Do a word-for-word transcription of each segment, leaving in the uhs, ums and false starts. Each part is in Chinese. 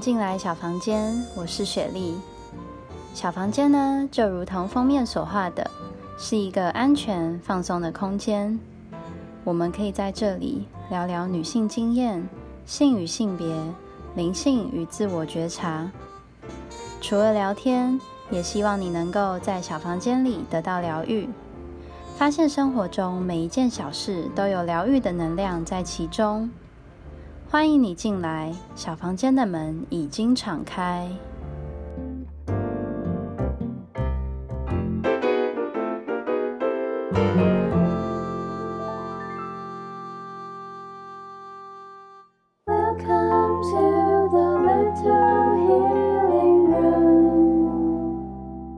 进来小房间，我是雪莉。小房间呢，就如同封面所画的，是一个安全放松的空间。我们可以在这里聊聊女性经验、性与性别、灵性与自我觉察。除了聊天，也希望你能够在小房间里得到疗愈，发现生活中每一件小事都有疗愈的能量在其中。欢迎你进来，小房间的门已经敞开。Welcome to the Little Healing Room。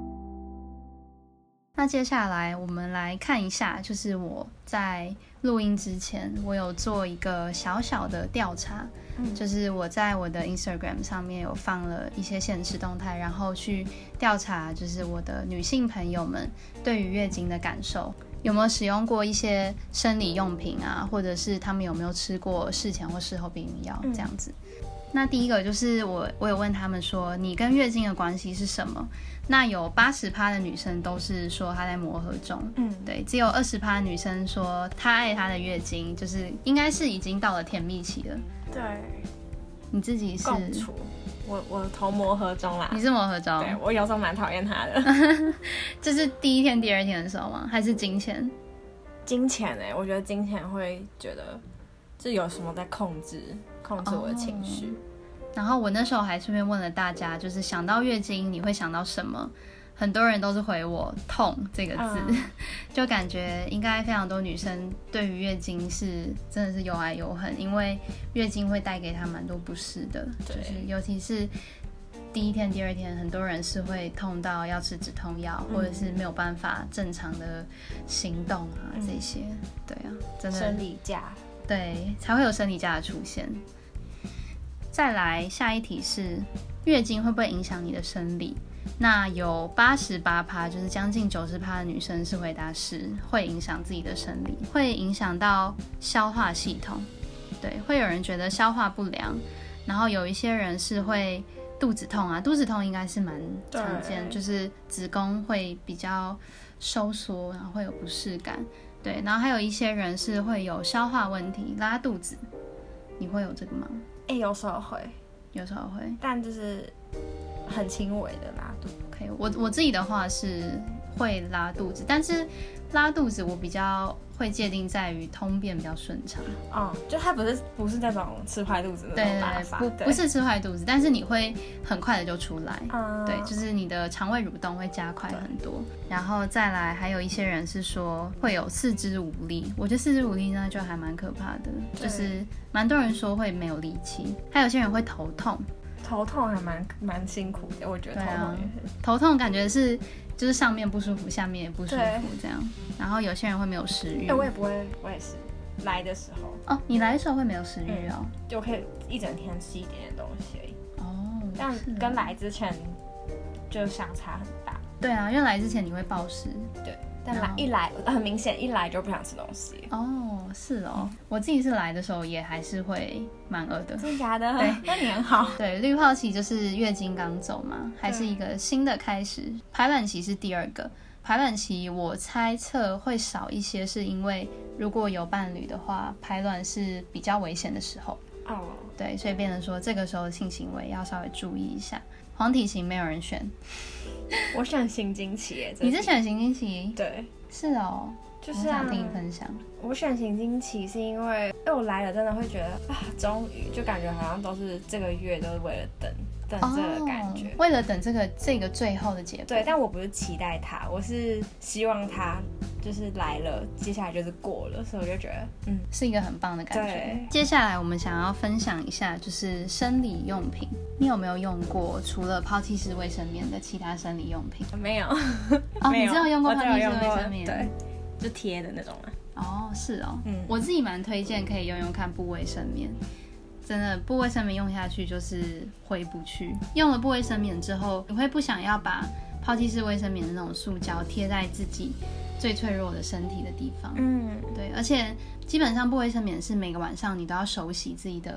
那接下来我们来看一下，就是我在录音之前，我有做一个小小的调查，嗯、就是我在我的 Instagram 上面有放了一些限时动态，然后去调查，就是我的女性朋友们对于月经的感受，有没有使用过一些生理用品啊，或者是他们有没有吃过事前或事后避孕药这样子。嗯、那第一个就是我我有问他们说，你跟月经的关系是什么？那有 百分之八十 的女生都是说她在磨合中，嗯，对，只有 百分之二十 的女生说她爱她的月经，就是应该是已经到了甜蜜期了。 对， 你自己是共处，我我投磨合中啦。 你是磨合中？ 对，我有时候蛮讨厌他的。 这是第一天、第二天的时候吗？还是经前？ 经前哎、欸，我觉得经前会觉得是有什么在控制控制我的情绪。Oh. 然后我那时候还顺便问了大家，就是想到月经你会想到什么？很多人都是回我痛这个字，嗯、就感觉应该非常多女生对于月经是真的是又爱又恨，因为月经会带给她蛮多不适的，就是尤其是第一天、第二天，很多人是会痛到要吃止痛药，嗯、或者是没有办法正常的行动啊，嗯、这些，对啊，真的生理假， 对，才会有生理假的出现。再来下一题是月经会不会影响你的生理？那有 百分之八十八， 就是将近 百分之九十 的女生是回答是会影响自己的生理，会影响到消化系统。对，会有人觉得消化不良，然后有一些人是会肚子痛啊，肚子痛应该是蛮常见，就是子宫会比较收缩，然后会有不适感。对，然后还有一些人是会有消化问题，拉肚子。你会有这个吗？ 哎、欸，有时候会， 有时候会， 但就是很轻微的拉肚。 OK， 我我自己的话是会拉肚子，但是拉肚子我比较会界定在于通便比较顺畅。 哦，就它不是不是那种吃坏肚子那种拉法， 对对对，不不是吃坏肚子，但是你会很快的就出来。 嗯， 对，就是你的肠胃蠕动会加快很多。然后再来，还有一些人是说会有四肢无力，我觉得四肢无力呢就还蛮可怕的，就是蛮多人说会没有力气，还有些人会头痛。 头痛还蛮蛮辛苦的，我觉得头痛也是。 啊、头痛感觉是就是上面不舒服，下面也不舒服这样。然后有些人会没有食欲。 哎、欸，我也不会，我也是来的时候。 哦，你来的时候会没有食欲哦， 嗯、就可以一整天吃一点点东西而已。 哦， 但跟来之前就相差很大。 对啊，因为来之前你会暴食。 对。但来一来很明显，一来就不想吃东西。 哦，是哦，嗯、我自己是来的时候也还是会蛮饿的。 真的假的？ 对， 那你很好。 对，滤泡期就是月经刚走嘛，还是一个新的开始。排卵期是第二个，排卵期我猜测会少一些，是因为如果有伴侣的话，排卵是比较危险的时候。 哦， 对，所以变成说这个时候的性行为要稍微注意一下。黄体型没有人选。 我选行经期耶。 你是选行经期？ 对， 是哦， 就是我想听你分享。 我选行经期是因为，因为我来了真的会觉得啊，终于就感觉好像都是这个月都是为了等等这个感觉， 哦、为了等这个这个最后的结果。 对，但我不是期待它，我是希望它就是来了，接下来就是过了，所以我就觉得嗯， 是一个很棒的感觉。接下来我们想要分享一下就是生理用品，你有没有用过除了抛弃式卫生棉的其他生理用品？ 没有。 哦，你只有用过抛弃式卫生棉？ 对，就贴的那种啊。 哦，是哦， 嗯， 我自己蛮推荐可以用用看布卫生棉。真的布卫生棉用下去就是回不去，用了布卫生棉之后，你会不想要把抛弃式卫生棉的那种塑胶贴在自己最脆弱的身体的地方。 嗯， 对，而且基本上布卫生棉是每个晚上你都要手洗自己的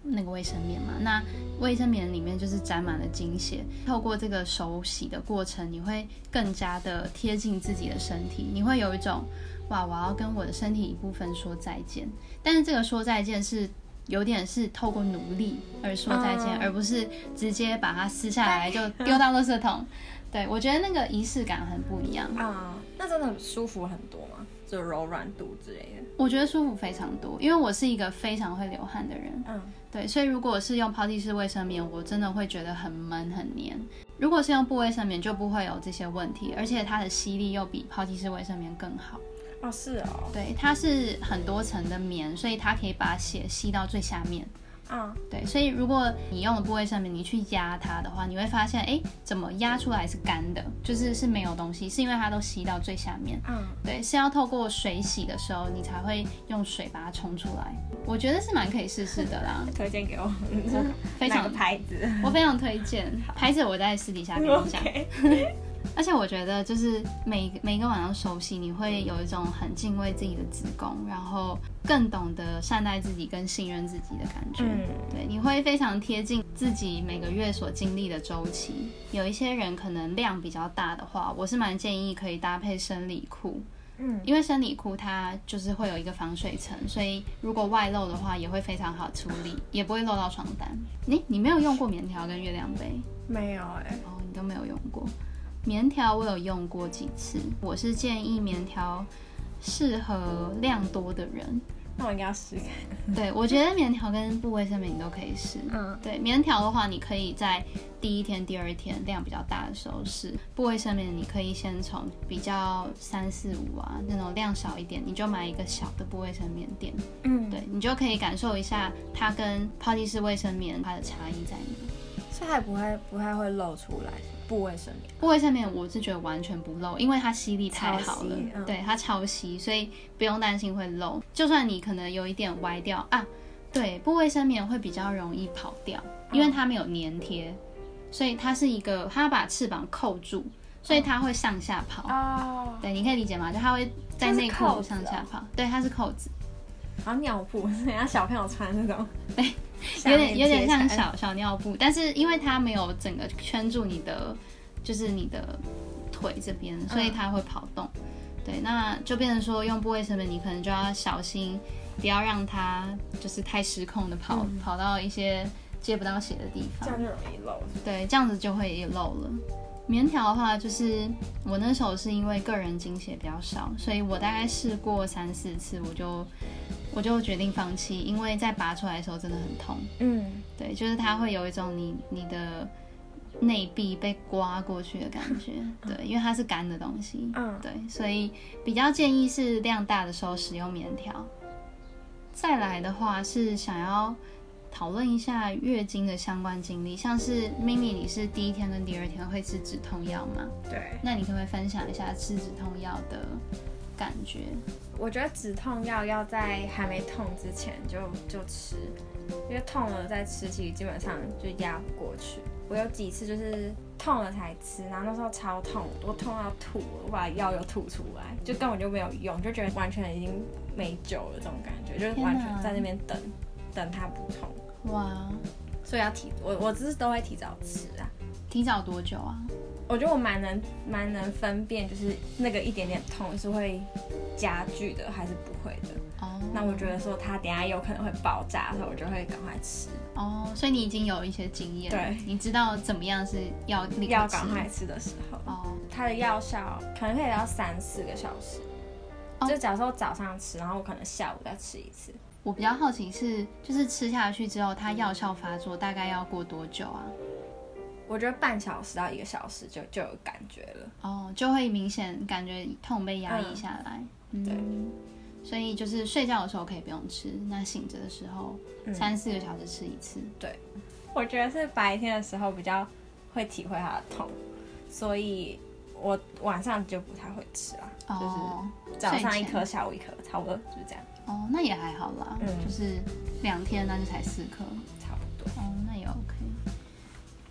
那个卫生棉嘛，那卫生棉里面就是沾满了精血，透过这个手洗的过程，你会更加的贴近自己的身体，你会有一种哇，我要跟我的身体一部分说再见。但是这个说再见是有点是透过努力而说再见，嗯、而不是直接把它撕下来就丢到垃圾桶。对，我觉得那个仪式感很不一样啊、嗯。那真的很舒服很多吗？就柔软度之类的？ 我觉得舒服非常多，因为我是一个非常会流汗的人。嗯，对，所以如果是用抛弃式卫生棉，我真的会觉得很闷很黏。如果是用布卫生棉，就不会有这些问题，而且它的吸力又比抛弃式卫生棉更好。 哦，是哦。 对，它是很多层的棉，所以它可以把血吸到最下面。嗯，对，所以如果你用了布卫生棉，你去压它的话，你会发现，哎，怎么压出来是干的，就是是没有东西，是因为它都吸到最下面。嗯，对，是要透过水洗的时候，你才会用水把它冲出来。我觉得是蛮可以试试的啦。 推荐给我，我非常哪个牌子？ 我非常推荐牌子，我在私底下跟你讲。Okay. 而且我觉得就是每每个晚上手洗，你会有一种很敬畏自己的子宫，然后更懂得善待自己跟信任自己的感觉。嗯，对，你会非常贴近自己每个月所经历的周期。有一些人可能量比较大的话，我是蛮建议可以搭配生理裤。嗯，因为生理裤它就是会有一个防水层，所以如果外露的话也会非常好处理，也不会漏到床单。你你没有用过棉条跟月亮杯？ 没有哎、欸。 哦，你都没有用过。棉条我有用过几次，我是建议棉条适合量多的人。 那我应该要试看。 对，我觉得棉条跟布卫生棉你都可以试。嗯，对，棉条的话，你可以在第一天、第二天量比较大的时候试；布卫生棉，你可以先从比较三四五啊那种量小一点，你就买一个小的布卫生棉垫。嗯，对，你就可以感受一下它跟抛弃式卫生棉它的差异在哪。 所以它也不会不太会露出来。布卫生棉， 布卫生棉我是觉得完全不漏，因为它吸力太好了，嗯、对，它超吸，所以不用担心会漏。就算你可能有一点歪掉啊，对，布卫生棉会比较容易跑掉，因为它没有粘贴，所以它是一个，它把翅膀扣住，所以它会上下跑。哦，对，你可以理解吗？就它会在内裤上下跑，对，它是扣子。 然后尿布，人家小朋友穿那种， 对，有点有点像小小尿布，但是因为它没有整个圈住你的，就是你的腿这边，所以它会跑动。嗯、对，那就变成说用布卫生棉，你可能就要小心，不要让它就是太失控的跑、嗯、跑到一些接不到血的地方， 这样就容易漏。 对，这样子就会漏了。棉条的话，就是我那时候是因为个人经血比较少，所以我大概试过三四次，我就我就决定放弃，因为在拔出来的时候真的很痛。嗯，对，就是它会有一种你你的内壁被刮过去的感觉。对，因为它是干的东西。嗯，对，所以比较建议是量大的时候使用棉条。再来的话是想要讨论一下月经的相关经历，像是咪咪，你是第一天跟第二天会吃止痛药吗？ 对。 那你可不可以分享一下吃止痛药的感觉？ 我觉得止痛药要在还没痛之前就就吃，因为痛了再吃，其实基本上就压不过去。我有几次就是痛了才吃，然后那时候超痛，我痛到吐了，我把药又吐出来，就根本就没有用，就觉得完全已经没救了这种感觉，就是完全在那边等等它不痛。哇，所以要提我我只是都会提早吃啊。 提早多久啊？ 我觉得我蛮能蛮能分辨，就是那个一点点痛是会加剧的还是不会的。哦，那我觉得说它等一下有可能会爆炸的时候，我就会赶快吃。 哦，所以你已经有一些经验， 对， 你知道怎么样是要立刻吃要赶快吃的时候。哦，它的药效可能可以到三四个小时。哦，就假如说我早上吃，然后我可能下午再吃一次。 我比较好奇是，就是吃下去之后，它药效发作大概要过多久啊？ 我觉得半小时到一个小时就就有感觉了。 哦，就会明显感觉痛被压抑下来。嗯，对。所以就是睡觉的时候可以不用吃，那醒着的时候三四个小时吃一次。 对，我觉得是白天的时候比较会体会它的痛，所以我晚上就不太会吃啦。哦，就是早上一颗，下午一颗，差不多就是这样。 哦，那也还好啦，嗯、就是两天那就才四颗， 差不多。 哦，那也 OK。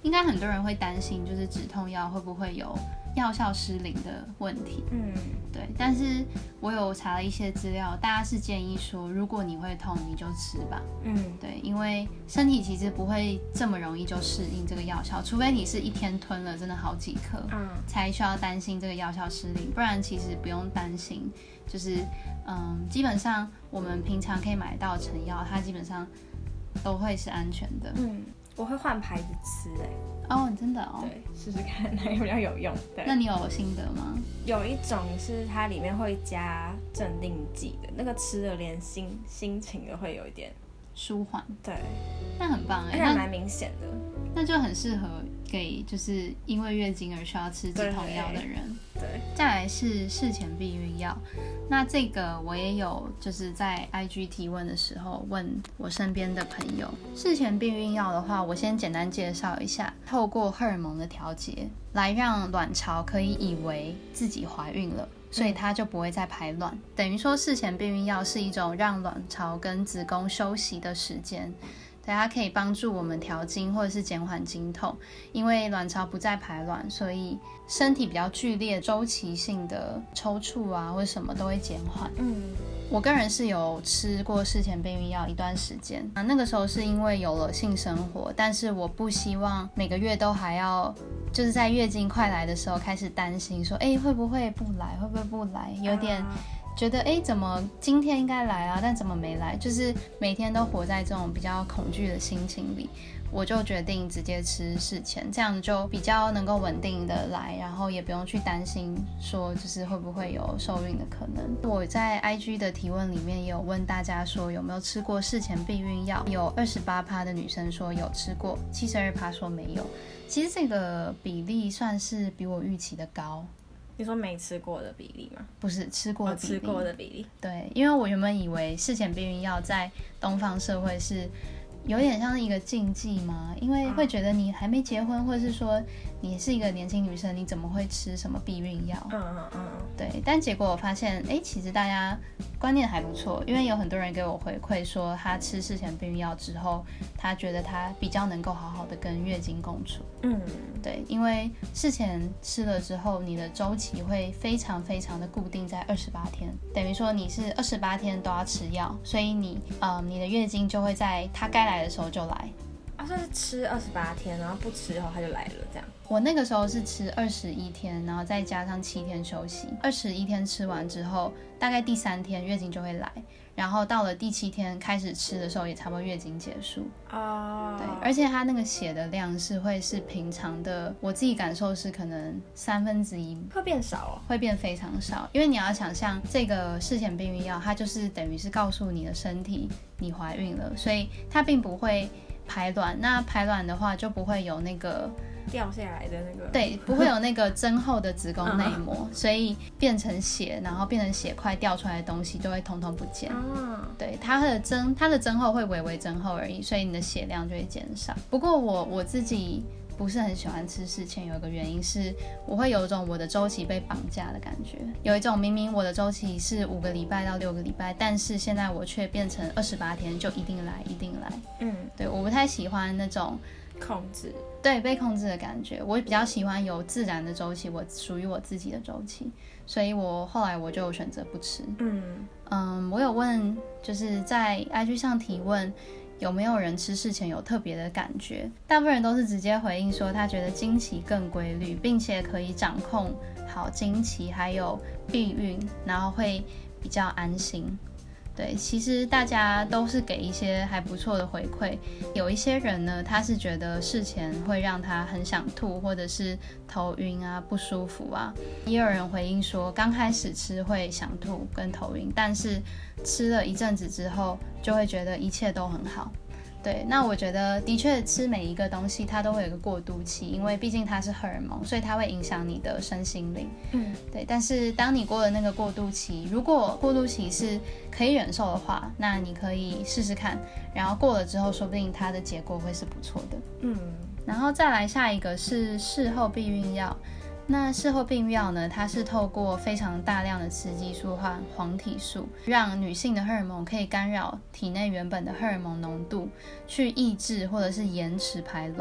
应该很多人会担心，就是止痛药会不会有药效失灵的问题。嗯，对。但是我有查了一些资料，大家是建议说，如果你会痛，你就吃吧。嗯，对，因为身体其实不会这么容易就适应这个药效，除非你是一天吞了真的好几颗，嗯，才需要担心这个药效失灵，不然其实不用担心。就是嗯，基本上我们平常可以买到成药，它基本上都会是安全的。 嗯，我会换牌子吃哎、 欸。哦，真的哦。 对，试试看哪个比较有用。对， 那你有心得吗？ 有一种是它里面会加镇定剂的，那个吃了连心心情都会有一点舒缓。 对， 那很棒哎、欸， 那蛮明显的。 那就很适合给就是因为月经而需要吃止痛药的人。 对， 再来是事前避孕药，那这个我也有就是在 I G 提问的时候问我身边的朋友。事前避孕药的话，我先简单介绍一下，透过荷尔蒙的调节来让卵巢可以以为自己怀孕了，所以它就不会再排卵，等于说事前避孕药是一种让卵巢跟子宫休息的时间。对，它可以帮助我们调经或者是减缓经痛，因为卵巢不再排卵，所以身体比较剧烈周期性的抽搐啊或者什么都会减缓。嗯，我个人是有吃过事前避孕药一段时间，啊，那个时候是因为有了性生活，但是我不希望每个月都还要就是在月经快来的时候开始担心说，哎，会不会不来，会不会不来，有点觉得哎，怎么今天应该来啊，但怎么没来？就是每天都活在这种比较恐惧的心情里，我就决定直接吃事前，这样就比较能够稳定的来，然后也不用去担心说就是会不会有受孕的可能。我在 I G 的提问里面也有问大家说有没有吃过事前避孕药，有 百分之二十八 的女生说有吃过， 百分之七十二 说没有。其实这个比例算是比我预期的高。 你说没吃过的比例吗？ 不是，吃过的比例。 哦，吃过的比例。 对，因为我原本以为事前避孕药在东方社会是有点像是一个禁忌嘛，因为会觉得你还没结婚，或者是说你是一个年轻女生，你怎么会吃什么避孕药？嗯嗯嗯。对，但结果我发现，哎，其实大家观念还不错，因为有很多人给我回馈说，他吃事前避孕药之后，他觉得他比较能够好好的跟月经共处。嗯，对，因为事前吃了之后，你的周期会非常非常的固定在二十八天，等于说你是二十八天都要吃药，所以你呃你的月经就会在它该来的时候就来。 啊，所以是吃二十八天，然后不吃后它就来了，这样。 我那个时候是吃二十一天，然后再加上七天休息。二十一天吃完之后，大概第三天月经就会来，然后到了第七天开始吃的时候，也差不多月经结束。哦，对，而且它那个血的量是会是平常的，我自己感受是可能三分之一， 会变少哦， 会变非常少。因为你要想象这个事前避孕药，它就是等于是告诉你的身体你怀孕了，所以它并不会排卵。那排卵的话就不会有那个掉下来的那个， 对，不会有那个增厚的子宫内膜，所以变成血，然后变成血块掉出来的东西就会通通不见。嗯，对，它的增它的增厚会微微增厚而已，所以你的血量就会减少。不过我我自己不是很喜欢吃事前，有一个原因是我会有一种我的周期被绑架的感觉，有一种明明我的周期是五个礼拜到六个礼拜，但是现在我却变成二十八天就一定来一定来。嗯，对，我不太喜欢那种控制， 对，被控制的感觉。我比较喜欢有自然的周期，我属于我自己的周期，所以我后来我就选择不吃。嗯嗯，我有问，就是在 I G 上提问有没有人吃事前有特别的感觉，大部分人都是直接回应说他觉得经期更规律，并且可以掌控好经期还有避孕，然后会比较安心。对，其实大家都是给一些还不错的回馈。有一些人呢，他是觉得事前会让他很想吐，或者是头晕啊、不舒服啊。也有人回应说，刚开始吃会想吐跟头晕，但是吃了一阵子之后，就会觉得一切都很好。对，那我觉得的确吃每一个东西它都会有一个过渡期，因为毕竟它是荷尔蒙，所以它会影响你的身心灵。嗯，对。但是当你过了那个过渡期，如果过渡期是可以忍受的话，那你可以试试看，然后过了之后，说不定它的结果会是不错的。嗯，然后再来下一个是事后避孕药。那事后避孕药呢，它是透过非常大量的雌激素和黄体素，让女性的荷尔蒙可以干扰体内原本的荷尔蒙浓度，去抑制或者是延迟排卵。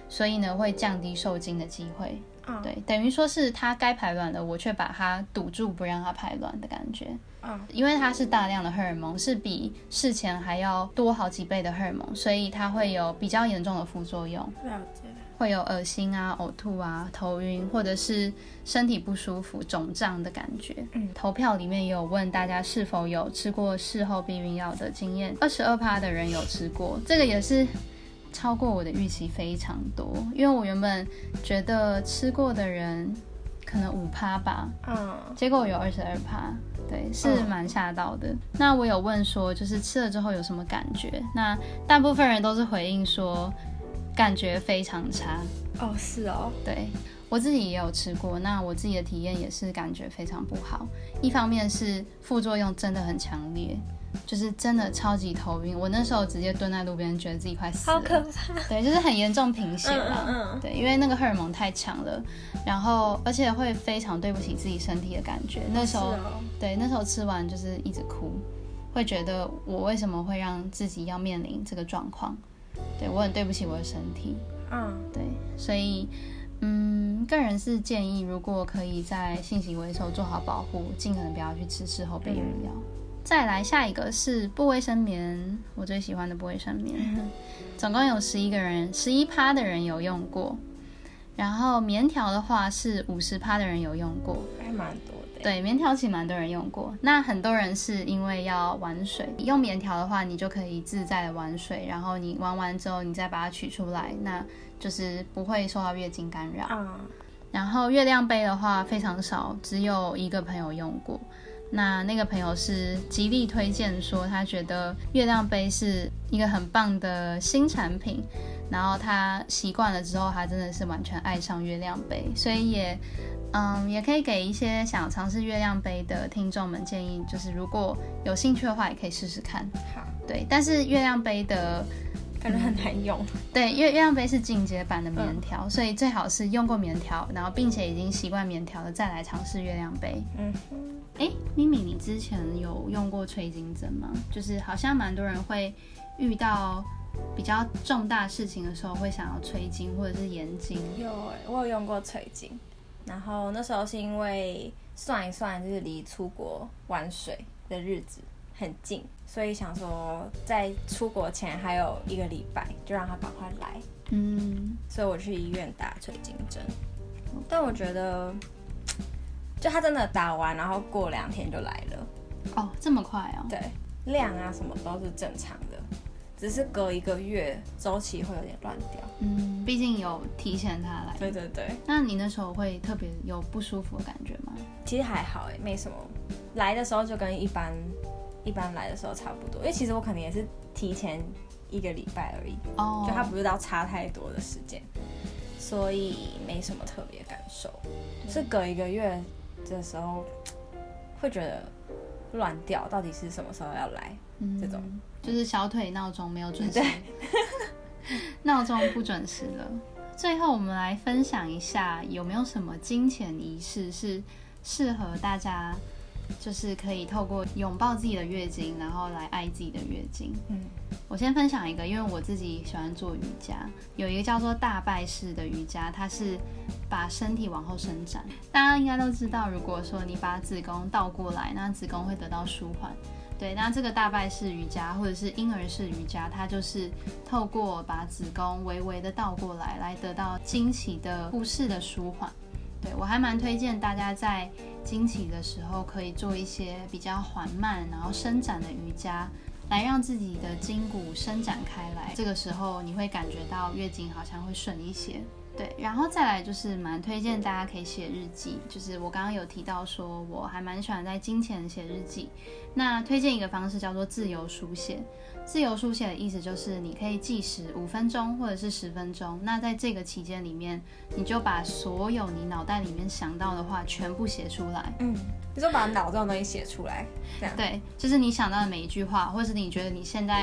所以呢会降低受精的机会。 嗯， 对，等于说是它该排卵了，我却把它堵住，不让它排卵的感觉。 嗯， 因为它是大量的荷尔蒙，是比事前还要多好几倍的荷尔蒙，所以它会有比较严重的副作用。 了解。 会有恶心啊、呕吐啊、头晕，或者是身体不舒服、肿胀的感觉。 嗯， 投票里面也有问大家是否有吃过事后避孕药的经验， 二十二趴 的人有吃过，这个也是超过我的预期非常多，因为我原本觉得吃过的人可能 百分之五 吧， 嗯， 结果有 百分之二十二， 对，是蛮吓到的。嗯、那我有问说，就是吃了之后有什么感觉？那大部分人都是回应说感觉非常差。 哦，是哦， 对，我自己也有吃过，那我自己的体验也是感觉非常不好。一方面是副作用真的很强烈，就是真的超级头晕，我那时候直接蹲在路边，觉得自己快死了， 好可怕。 对，就是很严重贫血啦。 嗯嗯嗯对，因为那个荷尔蒙太强了，然后而且会非常对不起自己身体的感觉。那时候， 哦、 对，那时候吃完就是一直哭，会觉得我为什么会让自己要面临这个状况？对，我很对不起我的身体。 嗯， 对，所以。嗯，个人是建议，如果可以在性行为的时候做好保护，尽可能不要去吃事后避孕药。嗯、再来下一个是不卫生棉，我最喜欢的不卫生棉，嗯、总共有十一个人，十一趴的人有用过。然后棉条的话是五十趴的人有用过， 还蛮多的。 对，棉条其实蛮多人用过。那很多人是因为要玩水，用棉条的话，你就可以自在的玩水，然后你玩完之后，你再把它取出来，那就是不会受到月经干扰。 嗯。 然后月亮杯的话非常少，只有一个朋友用过。那那个朋友是极力推荐说，他觉得月亮杯是一个很棒的新产品，然后他习惯了之后，他真的是完全爱上月亮杯，所以也，嗯，也可以给一些想尝试月亮杯的听众们建议，就是如果有兴趣的话，也可以试试看。 好， 对，但是月亮杯的感觉很难用。 对，因为月亮杯是进阶版的棉条，嗯、所以最好是用过棉条，然后并且已经习惯棉条了，再来尝试月亮杯。嗯。哎，咪咪，你之前有用过吹经针吗？就是好像蛮多人会遇到比较重大事情的时候，会想要吹经或者是延经。 有哎，我有用过吹经，然后那时候是因为算一算，就是离出国玩水的日子很近，所以想说在出国前还有一个礼拜，就让他赶快来。嗯，所以我去医院打吹经针，但我觉得。就他真的打完，然后过两天就来了。 哦，这么快哦？ 对，量啊什么都是正常的，只是隔一个月周期会有点乱掉。 嗯，毕竟有提前他来。 对对对。 那你那时候会特别有不舒服的感觉吗？ 其实还好哎，没什么。来的时候就跟一般一般来的时候差不多，因为其实我可能也是提前一个礼拜而已。哦。就它不是到差太多的时间，所以没什么特别感受。是隔一个月的时候会觉得乱掉，到底是什么时候要来？嗯、这种就是小腿闹钟没有准时，闹钟不准时了。最后我们来分享一下，有没有什么金钱仪式是适合大家，就是可以透过拥抱自己的月经，然后来爱自己的月经。嗯，我先分享一个，因为我自己喜欢做瑜伽，有一个叫做大拜式的瑜伽，它是把身体往后伸展。大家应该都知道，如果说你把子宫倒过来，那子宫会得到舒缓。对，那这个大拜式瑜伽或者是婴儿式瑜伽，它就是透过把子宫微微的倒过来，来得到经期的不适的舒缓。对，我还蛮推荐大家在经期的时候可以做一些比较缓慢然后伸展的瑜伽，来让自己的筋骨伸展开来。这个时候你会感觉到月经好像会顺一些。对，然后再来就是蛮推荐大家可以写日记，就是我刚刚有提到说我还蛮喜欢在经前写日记，那推荐一个方式叫做自由书写。自由书写的意思就是你可以计时五分钟或者是十分钟，那在这个期间里面，你就把所有你脑袋里面想到的话全部写出来。 嗯，你说把脑中的东西写出来，这样。 对，就是你想到的每一句话，或是你觉得你现在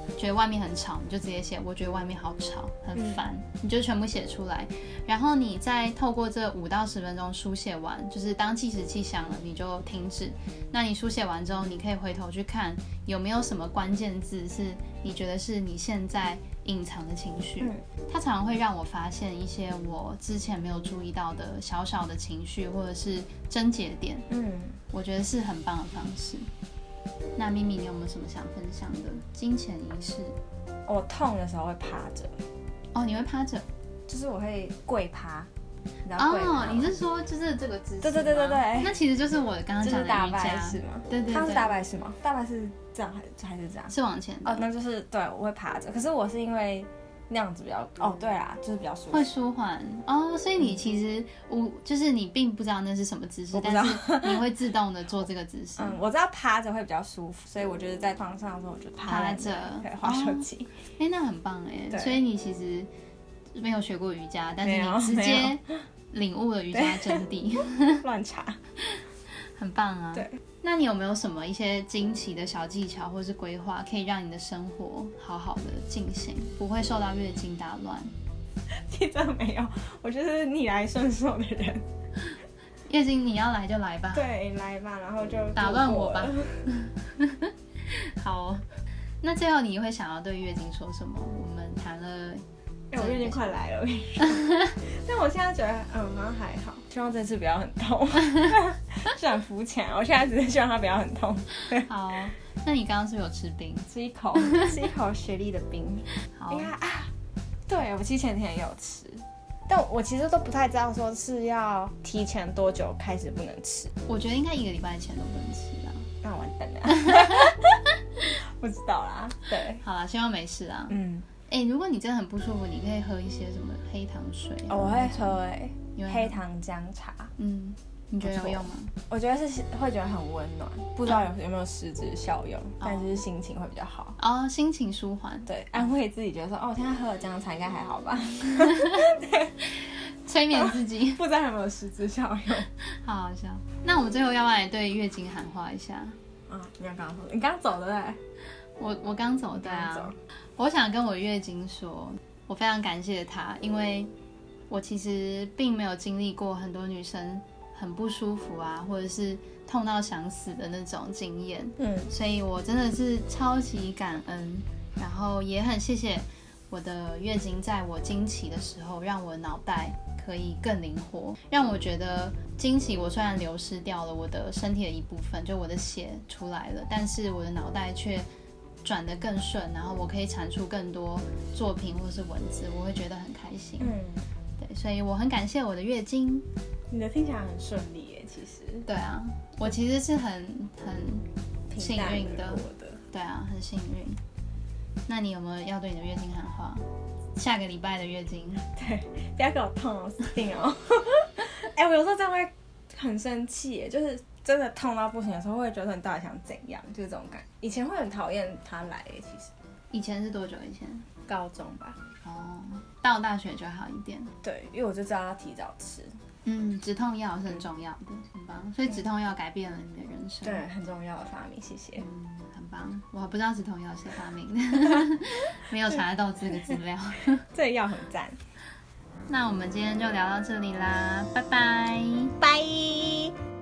觉得外面很吵，你就直接写我觉得外面好吵很烦、嗯、你就全部写出来，然后你再透过这五到十分钟书写完，就是当计时器响了你就停止。那你书写完之后，你可以回头去看有没有什么关键字是你觉得是你现在隐藏的情绪、嗯、它常常会让我发现一些我之前没有注意到的小小的情绪或者是症结点。嗯，我觉得是很棒的方式。那咪咪你有没有什么想分享的金钱仪式？ 我痛的时候会趴着。 哦，你会趴着？ 就是我会跪趴。你知道跪趴吗？ 哦，你是说就是这个姿势？ 对对对对对。 那其实就是我刚刚讲的瑜伽。 大拜式吗？ 对对对。 它是大拜式吗？大拜式这样还还是这样？ 是往前的。 哦，那就是对，我会趴着。可是我是因为那样子比较哦，对啦，就是比较舒服， 会舒缓哦。所以你其实无、嗯、就是你并不知道那是什么姿势，但是你会自动的做这个姿势。 嗯，我知道趴着会比较舒服，所以我觉得在床上的时候我就趴着，可以滑手机。哎、哦欸，那很棒哎。所以你其实没有学过瑜伽，但是你直接领悟了瑜伽真谛。 乱查， 很棒啊。 对。 那你有没有什么一些惊奇的小技巧或是规划，可以让你的生活好好的进行，不会受到月经打乱？ 其实真的没有，我就是逆来顺受的人。 月经你要来就来吧。 对，来吧，然后就打乱我吧。好、哦，那最后你会想要对月经说什么？我们谈了。 哎、欸，我月经快来了，我跟你说。但我现在觉得，嗯，好像还好。希望这次不要很痛，是很肤浅。我现在只是希望它不要很痛。 好，那你刚刚是不是有吃冰？ 吃一口，吃一口雪莉的冰。好，应该啊，对我其实前天也有吃，但我其实都不太知道说是要提前多久开始不能吃。 我觉得应该一个礼拜前都不能吃啊。 那完蛋了。不知道啦。对， 好啦，希望没事啊。嗯。哎、欸，如果你真的很不舒服，你可以喝一些什么黑糖水、啊。 哦，我会喝哎、欸，黑糖姜茶。 嗯，你觉得有用吗？ 我觉得是会觉得很温暖，不知道有有没有实质效用，嗯、但是心情会比较好。 哦，心情舒缓， 对，安慰自己，觉得说，哦，我现在喝了姜茶应该还好吧？ 对，催眠自己， 不知道有没有实质效用。 好好笑。那我们最后要不要来对月经喊话一下？ 啊，你刚刚说，你刚走对不对？ 我我刚走，对啊。我想跟我月经说，我非常感谢她，因为我其实并没有经历过很多女生很不舒服啊，或者是痛到想死的那种经验。嗯，所以我真的是超级感恩，然后也很谢谢我的月经，在我经期的时候，让我的脑袋可以更灵活，让我觉得经期我虽然流失掉了我的身体的一部分，就我的血出来了，但是我的脑袋却转得更顺，然后我可以产出更多作品或是文字，我会觉得很开心。嗯，对，所以我很感谢我的月经。 你的听起来很顺利耶，其实。 对啊，我其实是很很幸运的。对啊，很幸运。那你有没有要对你的月经喊话？下个礼拜的月经， 对，不要给我痛哦，死定哦！哎、欸，我有时候真的会很生气耶，就是真的痛到不行的时候，会觉得你到底想怎样，就是这种感觉。以前会很讨厌他来耶，其实。 以前是多久以前？ 高中吧。 哦，到大学就好一点。 对，因为我就知道要提早吃。 嗯，止痛药是很重要的，很棒。所以止痛药改变了你的人生。 对，很重要的发明，谢谢。 嗯，很棒。我还不知道止痛药谁发明的，没有查到这个资料。 这个药很赞。 那我们今天就聊到这里啦，拜拜， 拜。